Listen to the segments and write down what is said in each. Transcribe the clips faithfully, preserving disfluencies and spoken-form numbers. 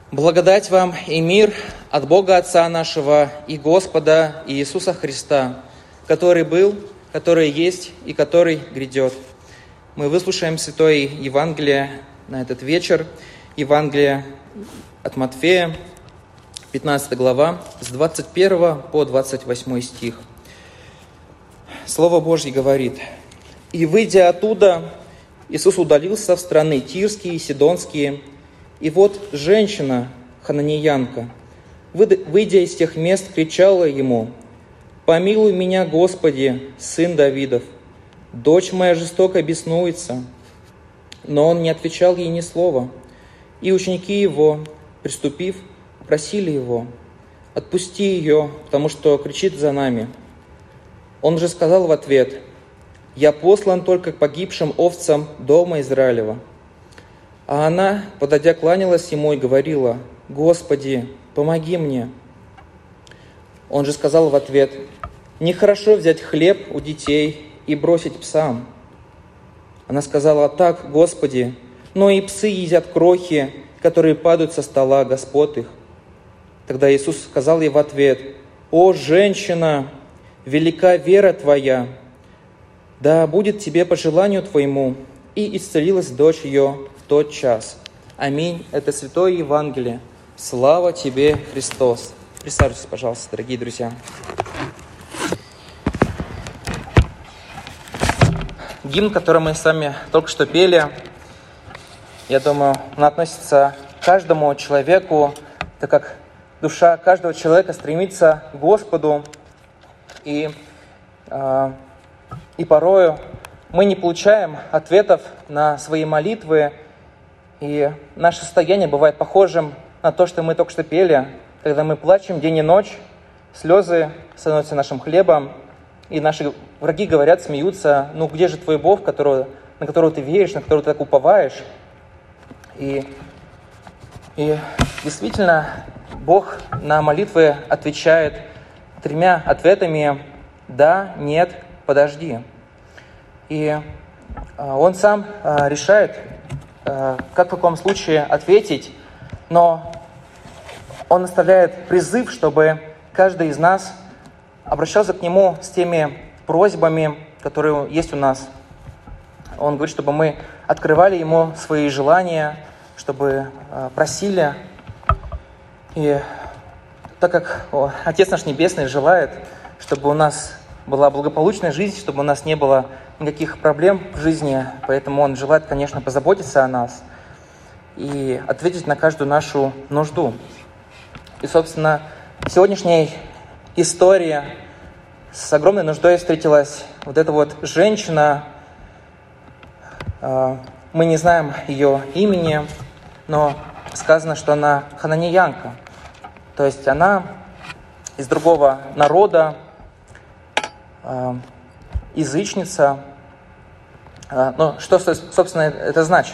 Благодать вам и мир от Бога Отца нашего и Господа Иисуса Христа, который был, который есть и который грядет. Мы выслушаем Святое Евангелие на этот вечер. Евангелие от Матфея, пятнадцатая глава, с двадцать первого по двадцать восьмой стих. Слово Божье говорит: «И, выйдя оттуда, Иисус удалился в страны Тирские и Сидонские, и вот женщина, хананеянка, выйдя из тех мест, кричала ему: „Помилуй меня, Господи, сын Давидов, дочь моя жестоко беснуется“. Но он не отвечал ей ни слова. И ученики его, приступив, просили его: „Отпусти ее, потому что кричит за нами“. Он же сказал в ответ: „Я послан только к погибшим овцам дома Израилева“. А она, подойдя, кланялась ему и говорила: „Господи, помоги мне“. Он же сказал в ответ: „Нехорошо взять хлеб у детей и бросить псам“. Она сказала: „Так, Господи, но и псы едят крохи, которые падают со стола господ их“. Тогда Иисус сказал ей в ответ: „О, женщина, велика вера твоя, да будет тебе по желанию твоему“, и исцелилась дочь ее в тот час. Аминь. Это Святое Евангелие. Слава тебе, Христос. Присаживайтесь, пожалуйста, дорогие друзья. Гимн, который мы с вами только что пели, я думаю, он относится к каждому человеку, так как душа каждого человека стремится к Господу, и, э, и порою мы не получаем ответов на свои молитвы, и наше состояние бывает похожим на то, что мы только что пели, когда мы плачем день и ночь, слезы становятся нашим хлебом, и наши враги говорят, смеются: «Ну где же твой Бог, которого, на которого ты веришь, на которого ты так уповаешь?». И, и действительно, Бог на молитвы отвечает тремя ответами: «Да», «Нет», «Подожди». И Он сам решает, как в каком случае ответить, но Он оставляет призыв, чтобы каждый из нас обращался к Нему с теми просьбами, которые есть у нас. Он говорит, чтобы мы открывали Ему свои желания, чтобы просили. И так как о, Отец наш Небесный желает, чтобы у нас была благополучная жизнь, чтобы у нас не было никаких проблем в жизни, поэтому Он желает, конечно, позаботиться о нас и ответить на каждую нашу нужду. И, собственно, в сегодняшней истории с огромной нуждой встретилась вот эта вот женщина. Мы не знаем ее имени, но сказано, что она хананеянка. То есть она из другого народа, язычница. Но что, собственно, это значит?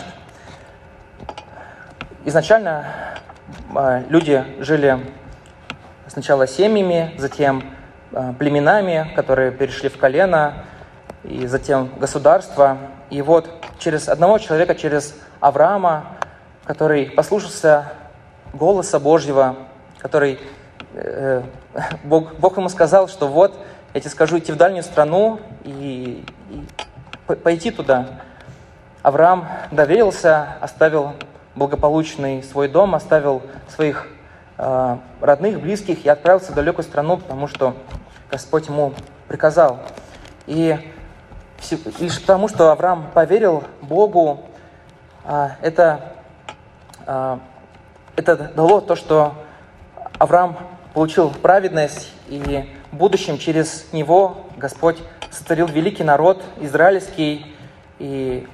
Изначально люди жили сначала семьями, затем племенами, которые перешли в колено, и затем государство. И вот через одного человека, через Авраама, который послушался голоса Божьего, который э, Бог, Бог ему сказал, что вот, я тебе скажу идти в дальнюю страну и, и пойти туда. Авраам доверился, оставил благополучный свой дом, оставил своих э, родных, близких и отправился в далекую страну, потому что Господь ему приказал. И все, лишь потому, что Авраам поверил Богу, э, это, э, это дало то, что Авраам получил праведность, и в будущем через него Господь сотворил великий народ израильский, и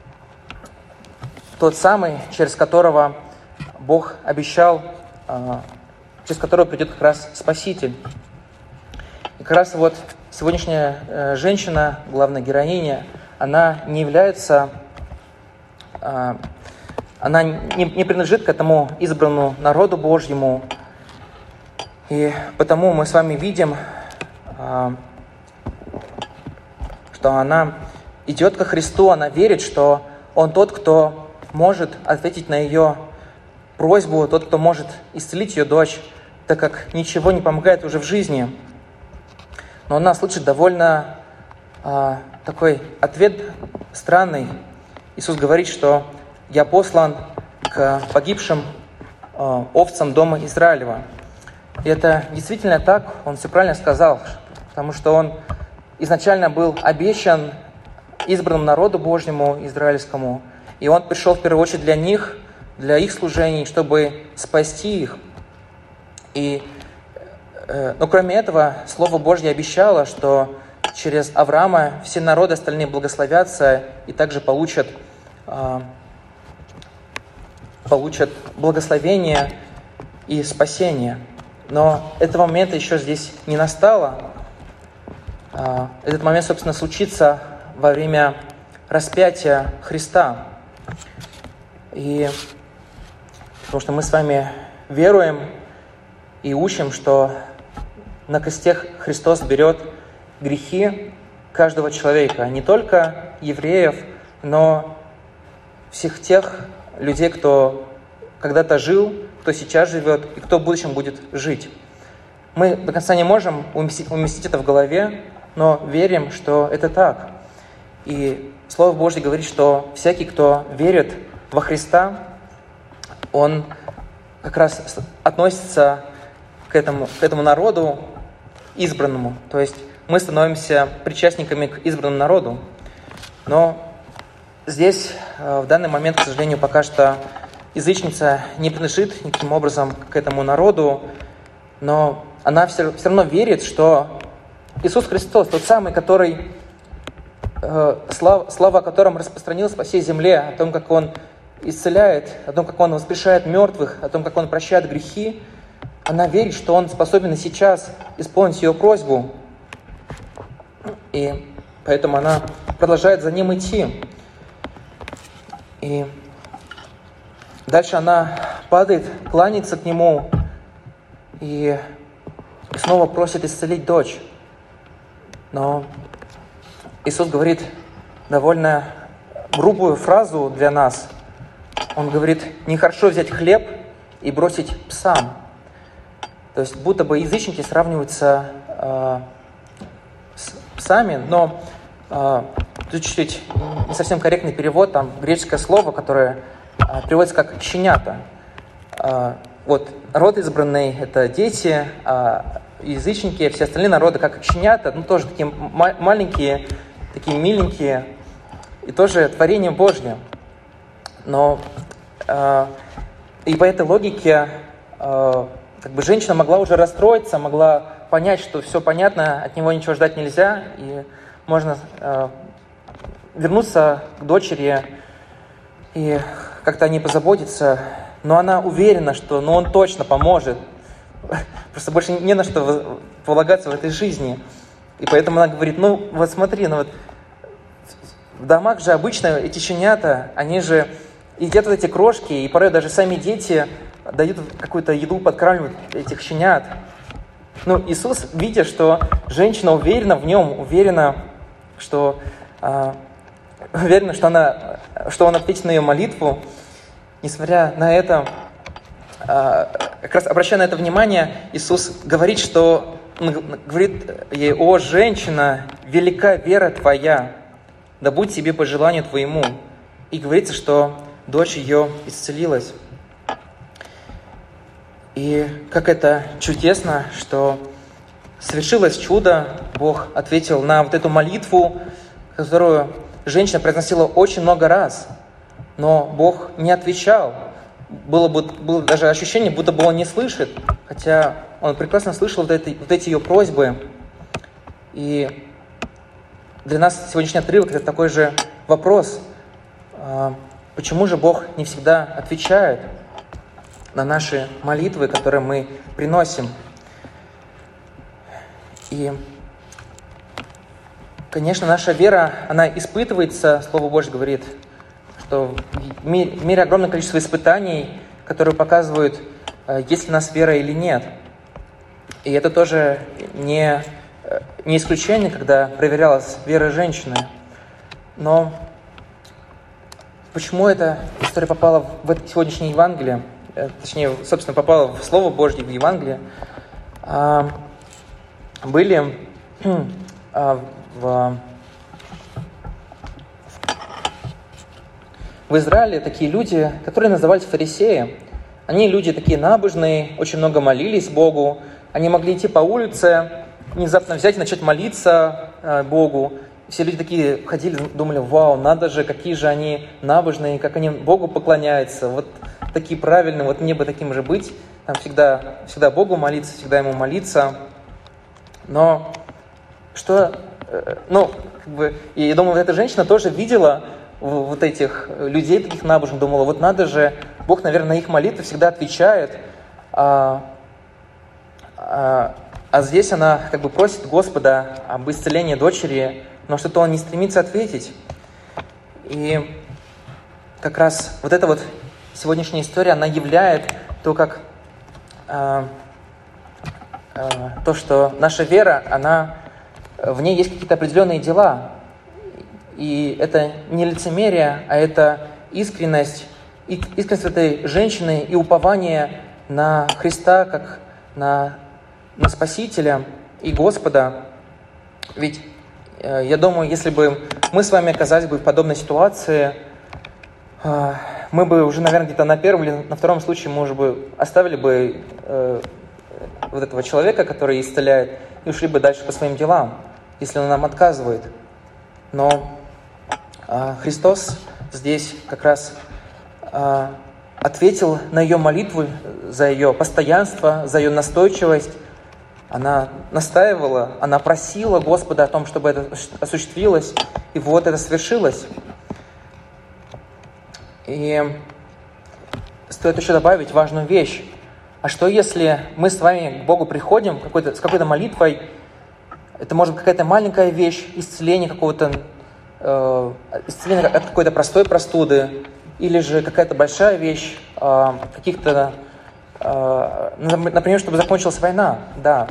тот самый, через которого Бог обещал, через которого придет как раз Спаситель. И как раз вот сегодняшняя женщина, главная героиня, она не является, она не принадлежит к этому избранному народу Божьему. И потому мы с вами видим, что она идет ко Христу, она верит, что Он тот, кто может ответить на ее просьбу, тот, кто может исцелить ее дочь, так как ничего не помогает уже в жизни. Но она слышит довольно а, такой ответ странный. Иисус говорит, что «Я послан к погибшим а, овцам дома Израилева». И это действительно так, он все правильно сказал, потому что он изначально был обещан избранному народу Божьему, израильскому, и он пришел в первую очередь для них, для их служений, чтобы спасти их. И, э, но кроме этого, Слово Божье обещало, что через Авраама все народы остальные благословятся и также получат, э, получат благословение и спасение. Но этого момента еще здесь не настало. Э, этот момент, собственно, случится во время распятия Христа. И потому что мы с вами веруем и учим, что на кресте Христос берет грехи каждого человека, не только евреев, но всех тех людей, кто когда-то жил, кто сейчас живет и кто в будущем будет жить. Мы до конца не можем уместить, уместить это в голове, но верим, что это так. И Слово Божье говорит, что всякий, кто верит во Христа, он как раз относится к этому, к этому народу избранному. То есть мы становимся причастниками к избранному народу. Но здесь, в данный момент, к сожалению, пока что язычница не принадлежит никаким образом к этому народу, но она все, все равно верит, что Иисус Христос, тот самый, который, э, слава, слава о котором распространилась по всей земле, о том, как Он исцеляет, о том, как Он воскрешает мертвых, о том, как Он прощает грехи, она верит, что Он способен и сейчас исполнить ее просьбу. И поэтому она продолжает за Ним идти. И дальше она падает, кланяется к Нему и снова просит исцелить дочь. Но Иисус говорит довольно грубую фразу для нас. Он говорит, нехорошо взять хлеб и бросить псам. То есть будто бы язычники сравниваются э, с псами, но э, тут чуть-чуть не совсем корректный перевод, там греческое слово, которое э, переводится как «щенята». Э, вот род избранный – это дети, э, язычники, все остальные народы как щенята, ну тоже такие ма- маленькие, такие миленькие, и тоже творение Божье. Но э, и по этой логике э, как бы женщина могла уже расстроиться, могла понять, что все понятно, от него ничего ждать нельзя, и можно э, вернуться к дочери и как-то о ней позаботиться. Но она уверена, что ну, он точно поможет. Просто больше не на что полагаться в этой жизни. И поэтому она говорит, ну вот смотри, ну вот в домах же обычно эти щенята, они же едят вот эти крошки, и порой даже сами дети дают какую-то еду, подкармливают этих щенят. Ну, Иисус, видя, что женщина уверена в нем, уверена, что, э, уверена, что, она, что он ответит на ее молитву, несмотря на это, э, как раз обращая на это внимание, Иисус говорит, что он говорит ей, «О, женщина, велика вера твоя, да будь тебе по желанию твоему». И говорится, что дочь ее исцелилась. И как это чудесно, что совершилось чудо, Бог ответил на вот эту молитву, которую женщина произносила очень много раз, но Бог не отвечал. Было, бы, было даже ощущение, будто бы Он не слышит, хотя Он прекрасно слышал вот, это, вот эти ее просьбы. И для нас сегодняшний отрывок – это такой же вопрос. Почему же Бог не всегда отвечает на наши молитвы, которые мы приносим? И, конечно, наша вера, она испытывается, Слово Божье говорит, что в мире, в мире огромное количество испытаний, которые показывают, есть ли у нас вера или нет. И это тоже не, не исключение, когда проверялась вера женщины. Но почему эта история попала в это сегодняшнее Евангелие? точнее, собственно, попало в Слово Божье, в Евангелие, были в, в Израиле такие люди, которые назывались фарисеи. Они люди такие набожные, очень много молились Богу. Они могли идти по улице, внезапно взять и начать молиться Богу. Все люди такие ходили, думали: вау, надо же, какие же они набожные, как они Богу поклоняются. Вот такие правильные, вот мне бы таким же быть. Там всегда, всегда Богу молиться, всегда Ему молиться. Но что, ну, как бы, и я думаю, эта женщина тоже видела вот этих людей, таких набожных, думала: вот надо же, Бог, наверное, на их молитвы всегда отвечает. А, а, а здесь она как бы просит Господа об исцелении дочери, но что-то Он не стремится ответить. И как раз вот эта вот сегодняшняя история, она являет то, как а, а, то, что наша вера, она, в ней есть какие-то определенные дела. И это не лицемерие, а это искренность, искренность этой женщины и упование на Христа, как на, на Спасителя и Господа. Ведь э, я думаю, если бы мы с вами оказались бы в подобной ситуации, э, мы бы уже, наверное, где-то на первом или на втором случае, может быть, оставили бы э, вот этого человека, который исцеляет, и ушли бы дальше по своим делам, если он нам отказывает. Но Христос здесь как раз ответил на ее молитву, за ее постоянство, за ее настойчивость. Она настаивала, она просила Господа о том, чтобы это осуществилось, и вот это свершилось. И стоит еще добавить важную вещь. А что если мы с вами к Богу приходим какой-то, с какой-то молитвой? Это может быть какая-то маленькая вещь, исцеление какого-то исцеление от какой-то простой простуды, или же какая-то большая вещь, каких-то, например, чтобы закончилась война. Да,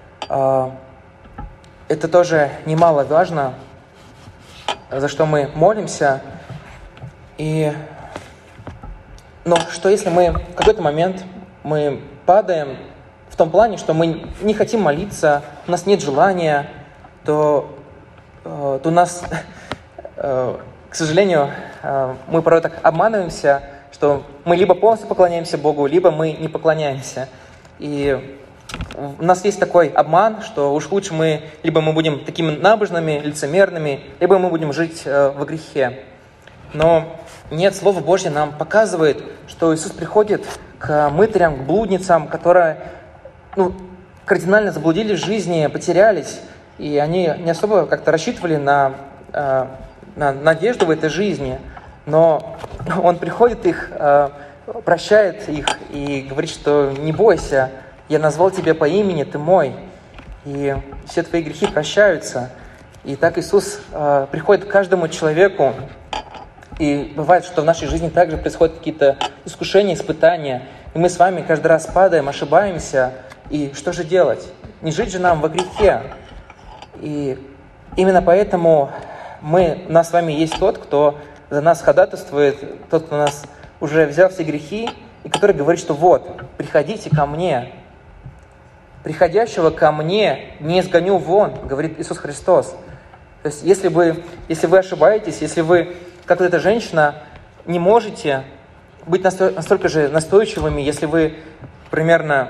это тоже немаловажно, за что мы молимся. И, но что если мы в какой-то момент мы падаем в том плане, что мы не хотим молиться, у нас нет желания, то, то у нас... К сожалению, мы порой так обманываемся, что мы либо полностью поклоняемся Богу, либо мы не поклоняемся. И у нас есть такой обман, что уж лучше мы, либо мы будем такими набожными, лицемерными, либо мы будем жить во грехе. Но нет, Слово Божье нам показывает, что Иисус приходит к мытарям, к блудницам, которые ну, кардинально заблудились в жизни, потерялись, и они не особо как-то рассчитывали на... на надежду в этой жизни, но Он приходит их, прощает их и говорит, что не бойся, я назвал тебя по имени, ты мой, и все твои грехи прощаются. И так Иисус приходит к каждому человеку, и бывает, что в нашей жизни также происходят какие-то искушения, испытания, и мы с вами каждый раз падаем, ошибаемся, и что же делать? Не жить же нам во грехе. И именно поэтому Мы, у нас с вами есть тот, кто за нас ходатайствует, тот, кто нас уже взял все грехи, и который говорит, что вот, приходите ко мне. Приходящего ко мне не изгоню вон, говорит Иисус Христос. То есть, если вы, если вы ошибаетесь, если вы, как вот эта женщина, не можете быть настолько же настойчивыми, если вы примерно...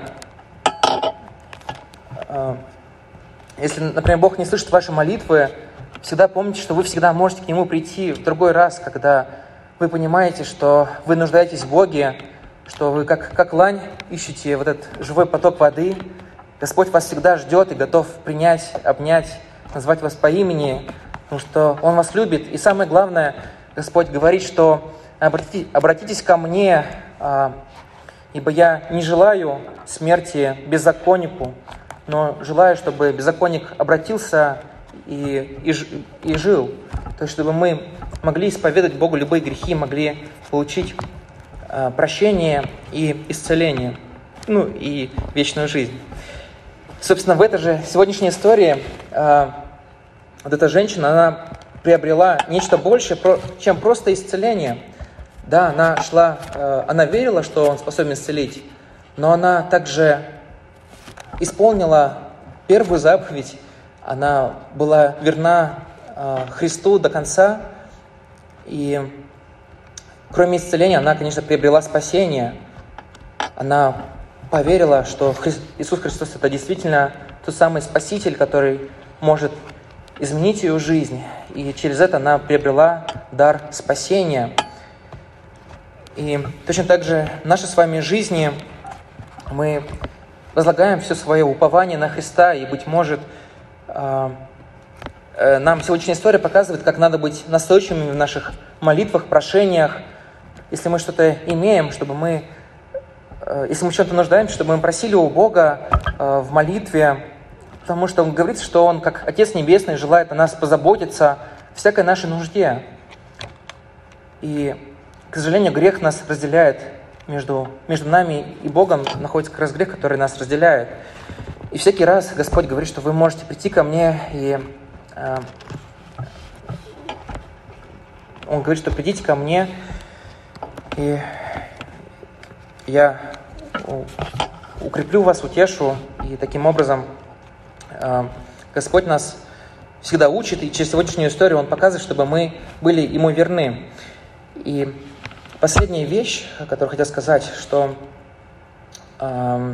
Если, например, Бог не слышит ваши молитвы, всегда помните, что вы всегда можете к Нему прийти в другой раз, когда вы понимаете, что вы нуждаетесь в Боге, что вы как, как лань ищете вот этот живой поток воды. Господь вас всегда ждет и готов принять, обнять, назвать вас по имени, потому что Он вас любит. И самое главное, Господь говорит, что обратитесь, обратитесь ко мне, ибо я не желаю смерти беззаконнику, но желаю, чтобы беззаконник обратился И, и, и жил. То есть, чтобы мы могли исповедать Богу любые грехи, могли получить э, прощение и исцеление, ну и вечную жизнь. Собственно, в этой же сегодняшней истории э, вот эта женщина, она приобрела нечто большее, чем просто исцеление. Да, она шла, она верила, что Он способен исцелить, но она также исполнила первую заповедь. Она была верна Христу до конца. И кроме исцеления, она, конечно, приобрела спасение. Она поверила, что Иисус Христос – это действительно тот самый Спаситель, который может изменить ее жизнь. И через это она приобрела дар спасения. И точно так же в нашей с вами жизни мы возлагаем все свое упование на Христа, и, быть может, нам сегодняшняя история показывает, как надо быть настойчивыми в наших молитвах, прошениях. Если мы что-то имеем, чтобы мы, если мы в чем-то нуждаемся, чтобы мы просили у Бога в молитве, потому что Он говорит, что Он, как Отец Небесный, желает о нас позаботиться в всякой нашей нужде. И, к сожалению, грех нас разделяет. Между, между нами и Богом находится как раз грех, который нас разделяет. И всякий раз Господь говорит, что вы можете прийти ко мне, и э, Он говорит, что придите ко мне, и я укреплю вас, утешу. И таким образом э, Господь нас всегда учит, и через сегодняшнюю историю Он показывает, чтобы мы были Ему верны. И последняя вещь, которую хотел сказать, что, э,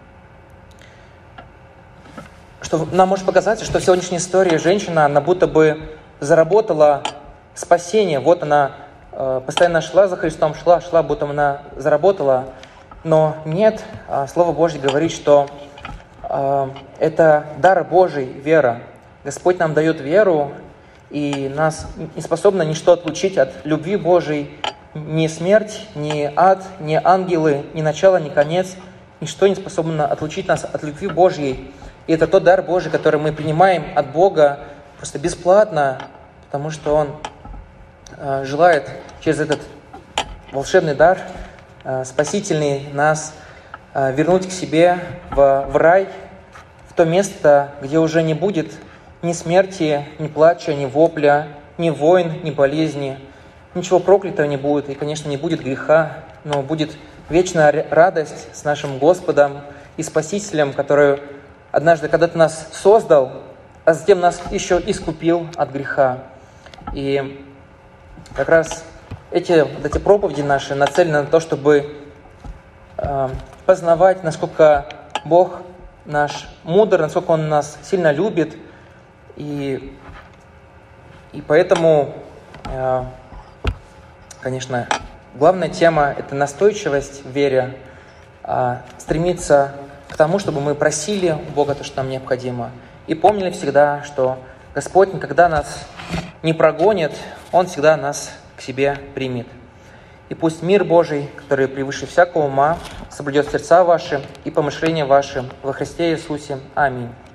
что нам может показаться, что в сегодняшней истории женщина, она будто бы заработала спасение. Вот она э, постоянно шла за Христом, шла, шла, будто она заработала. Но нет, э, Слово Божье говорит, что э, это дар Божий, вера. Господь нам дает веру, и нас не способно ничто отлучить от любви Божией. Ни смерть, ни ад, ни ангелы, ни начало, ни конец, ничто не способно отлучить нас от любви Божьей. И это тот дар Божий, который мы принимаем от Бога просто бесплатно, потому что Он э, желает через этот волшебный дар, э, спасительный, нас э, вернуть к себе в, в рай, в то место, где уже не будет ни смерти, ни плача, ни вопля, ни войн, ни болезни. Ничего проклятого не будет, и, конечно, не будет греха, но будет вечная радость с нашим Господом и Спасителем, который однажды когда-то нас создал, а затем нас еще искупил от греха. И как раз эти, эти проповеди наши нацелены на то, чтобы э, познавать, насколько Бог наш мудр, насколько Он нас сильно любит. И, и поэтому... Э, Конечно, главная тема – это настойчивость в вере, стремиться к тому, чтобы мы просили у Бога то, что нам необходимо, и помнили всегда, что Господь никогда нас не прогонит, Он всегда нас к себе примет. И пусть мир Божий, который превыше всякого ума, соблюдет сердца ваши и помышления ваши во Христе Иисусе. Аминь.